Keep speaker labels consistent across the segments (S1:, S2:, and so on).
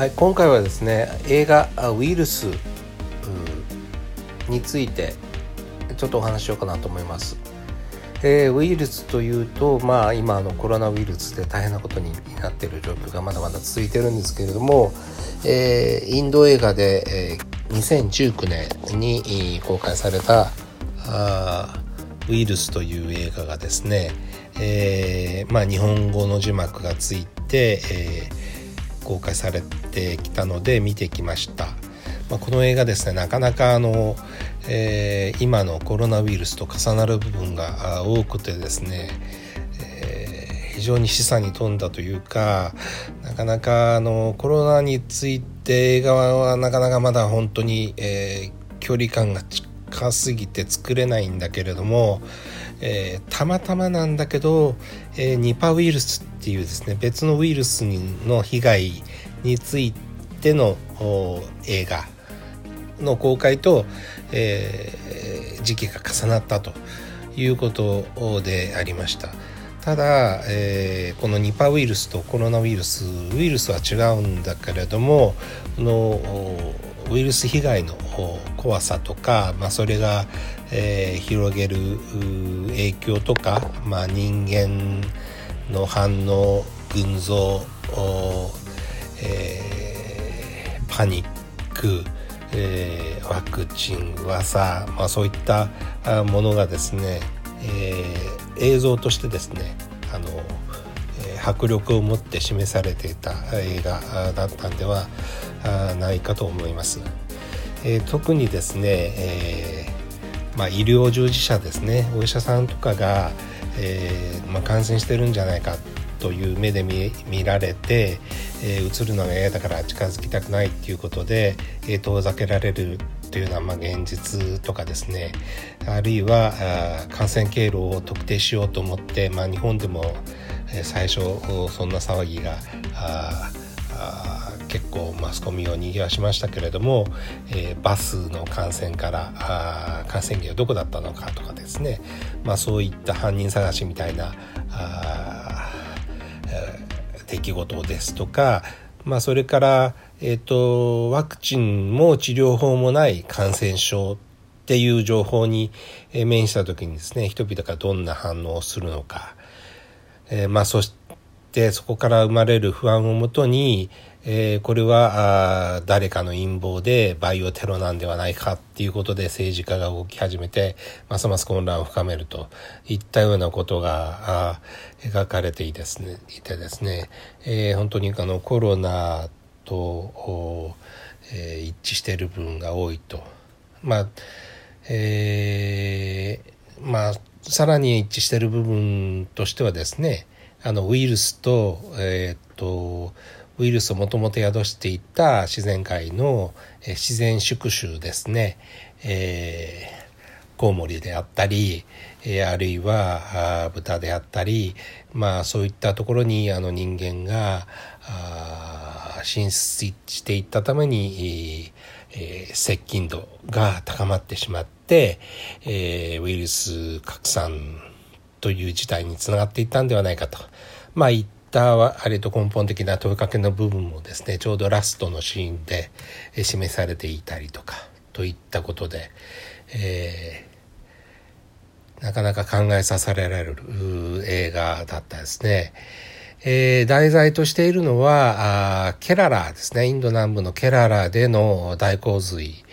S1: はい、今回はですね、映画ウイルスについてちょっとお話ししようかなと思います。ウイルスというと、今コロナウイルスで大変なことになっている状況がまだまだ続いているんですけれども、インド映画で、2019年に公開されたウイルスという映画がですね、日本語の字幕がついて、公開されてきたので見てきました。この映画ですね、なかなか今のコロナウイルスと重なる部分が多くてですね、非常に示唆に富んだというか、なかなかコロナについて映画はなかなかまだ本当に、距離感が近すぎて作れないんだけれども、たまたまなんだけど、ニパウイルスっていうですね、別のウイルスの被害についての映画の公開と、時期が重なったということでありました。ただ、このニパウイルスとコロナウイルスは違うんだけれども、ウイルス被害の怖さとか、それが、広げる影響とか、人間の反応、群像、パニック、ワクチン、噂、そういったものがですね、映像としてですね、迫力を持って示されていた映画だったんではないかと思います。特にですね、医療従事者ですね、お医者さんとかが、感染してるんじゃないかという目で 見られて、映るのが嫌だから近づきたくないということで、遠ざけられるというような現実とかですね、あるいは感染経路を特定しようと思って、日本でも最初そんな騒ぎが結構マスコミを賑わしましたけれども、バスの感染から感染源はどこだったのかとかですね、そういった犯人探しみたいな出来事ですとか、それから、ワクチンも治療法もない感染症っていう情報に面した時にですね、人々がどんな反応をするのか、そしてそこから生まれる不安をもとに、これは誰かの陰謀でバイオテロなんではないかっていうことで政治家が動き始めて、ますます混乱を深めるといったようなことが描かれていてですね、本当にコロナと、一致している部分が多いと、さらに一致している部分としてはですね、ウイルスと、ウイルスをもともと宿していた自然界の自然宿主ですね、コウモリであったり、あるいは豚であったり、そういったところに人間が進出していったために、接近度が高まってしまって、ウイルス拡散という事態につながっていったんではないかと、いった割と根本的な問いかけの部分もですね、ちょうどラストのシーンで示されていたりとかといったことで、なかなか考えさせられる映画だったですね。題材としているのはケララですね。インド南部のケララでの大洪水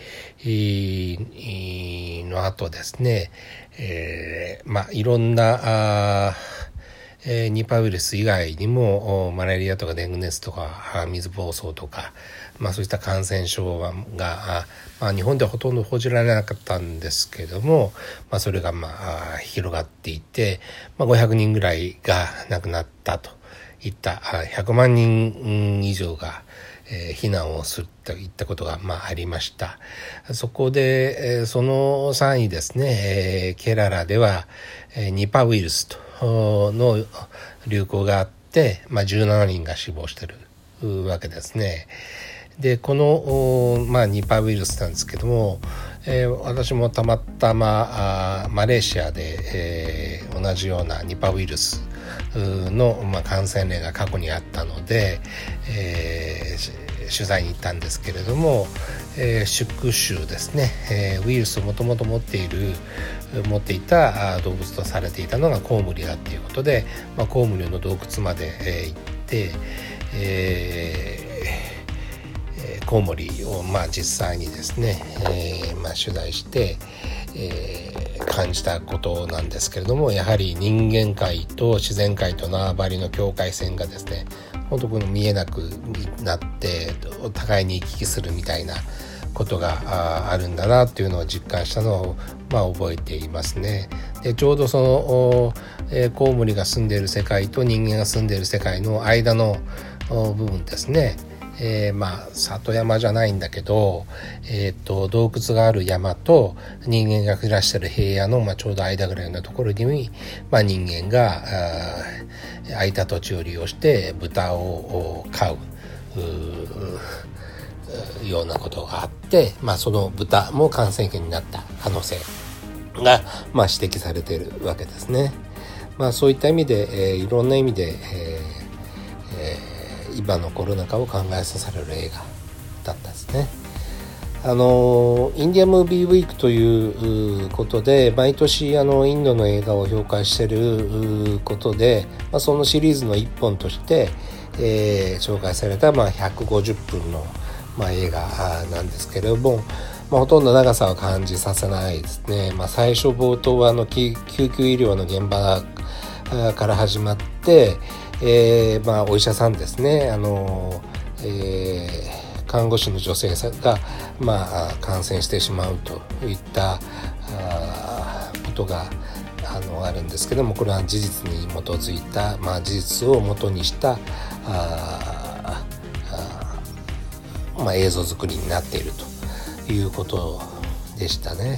S1: の後ですね、いろんなニパウイルス以外にもマラリアとかデング熱とか水疱瘡とか、そういった感染症が日本ではほとんど報じられなかったんですけれども、それが広がっていて、500人ぐらいが亡くなったといった100万人以上が避難をするといったことがありました。そこでその際にですね、ケララではニパウイルスの流行があって、17人が死亡しているわけですね。でこの、ニパウイルスなんですけども、私もたまたまマレーシアで、同じようなニパウイルスの、感染例が過去にあったので、 取材に行ったんですけれども、宿州ですね、ウイルスをもともと持っていた動物とされていたのがコウモリだっていうことで、コウモリの洞窟まで、行って、コウモリを実際にですね、取材して、感じたことなんですけれども、やはり人間界と自然界と縄張りの境界線がですね、本当に見えなくなってお互いに行き来するみたいなことがあるんだなっていうのを実感したのを覚えていますね。でちょうどその、コウモリが住んでいる世界と人間が住んでいる世界の間の部分ですね、里山じゃないんだけど、洞窟がある山と人間が暮らしている平野の、ちょうど間ぐらいのところに、人間が空いた土地を利用して豚を飼うようなことがあって、その豚も感染源になった可能性が、指摘されているわけですね。そういった意味で、いろんな意味で、今のコロナ禍を考えさせられる映画だったですね。インディアムービーウィークということで毎年インドの映画を評価していることで、そのシリーズの一本として、紹介された150分の、映画なんですけれども、ほとんど長さは感じさせないですね。最初冒頭は救急医療の現場から始まって、お医者さんですね、看護師の女性が、感染してしまうといったことがあるんですけども、これは事実に基づいた、事実を元にした映像作りになっているということでしたね。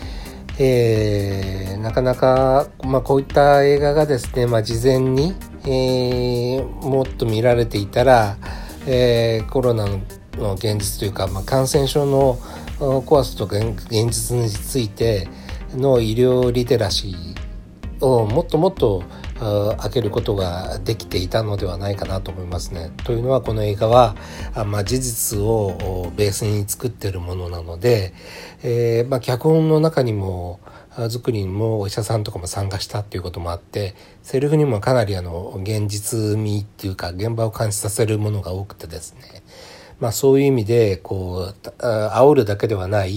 S1: なかなか、こういった映画がですね、事前に、もっと見られていたら、コロナの現実というか、感染症の怖さとか現実についての医療リテラシーをもっともっと開けることができていたのではないかなと思いますね。というのは、この映画は事実をベースに作っているものなので、脚本の中にも作りにもお医者さんとかも参加したっていうこともあって、セリフにもかなり現実味っていうか現場を感じさせるものが多くてですね、そういう意味で煽るだけではない、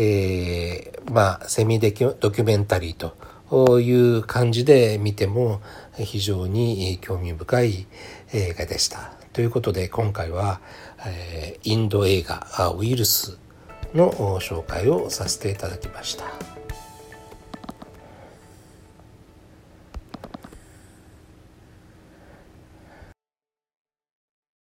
S1: セミドキュメンタリーという感じで見ても非常に興味深い映画でした。ということで今回は、インド映画ウイルスの紹介をさせていただきました。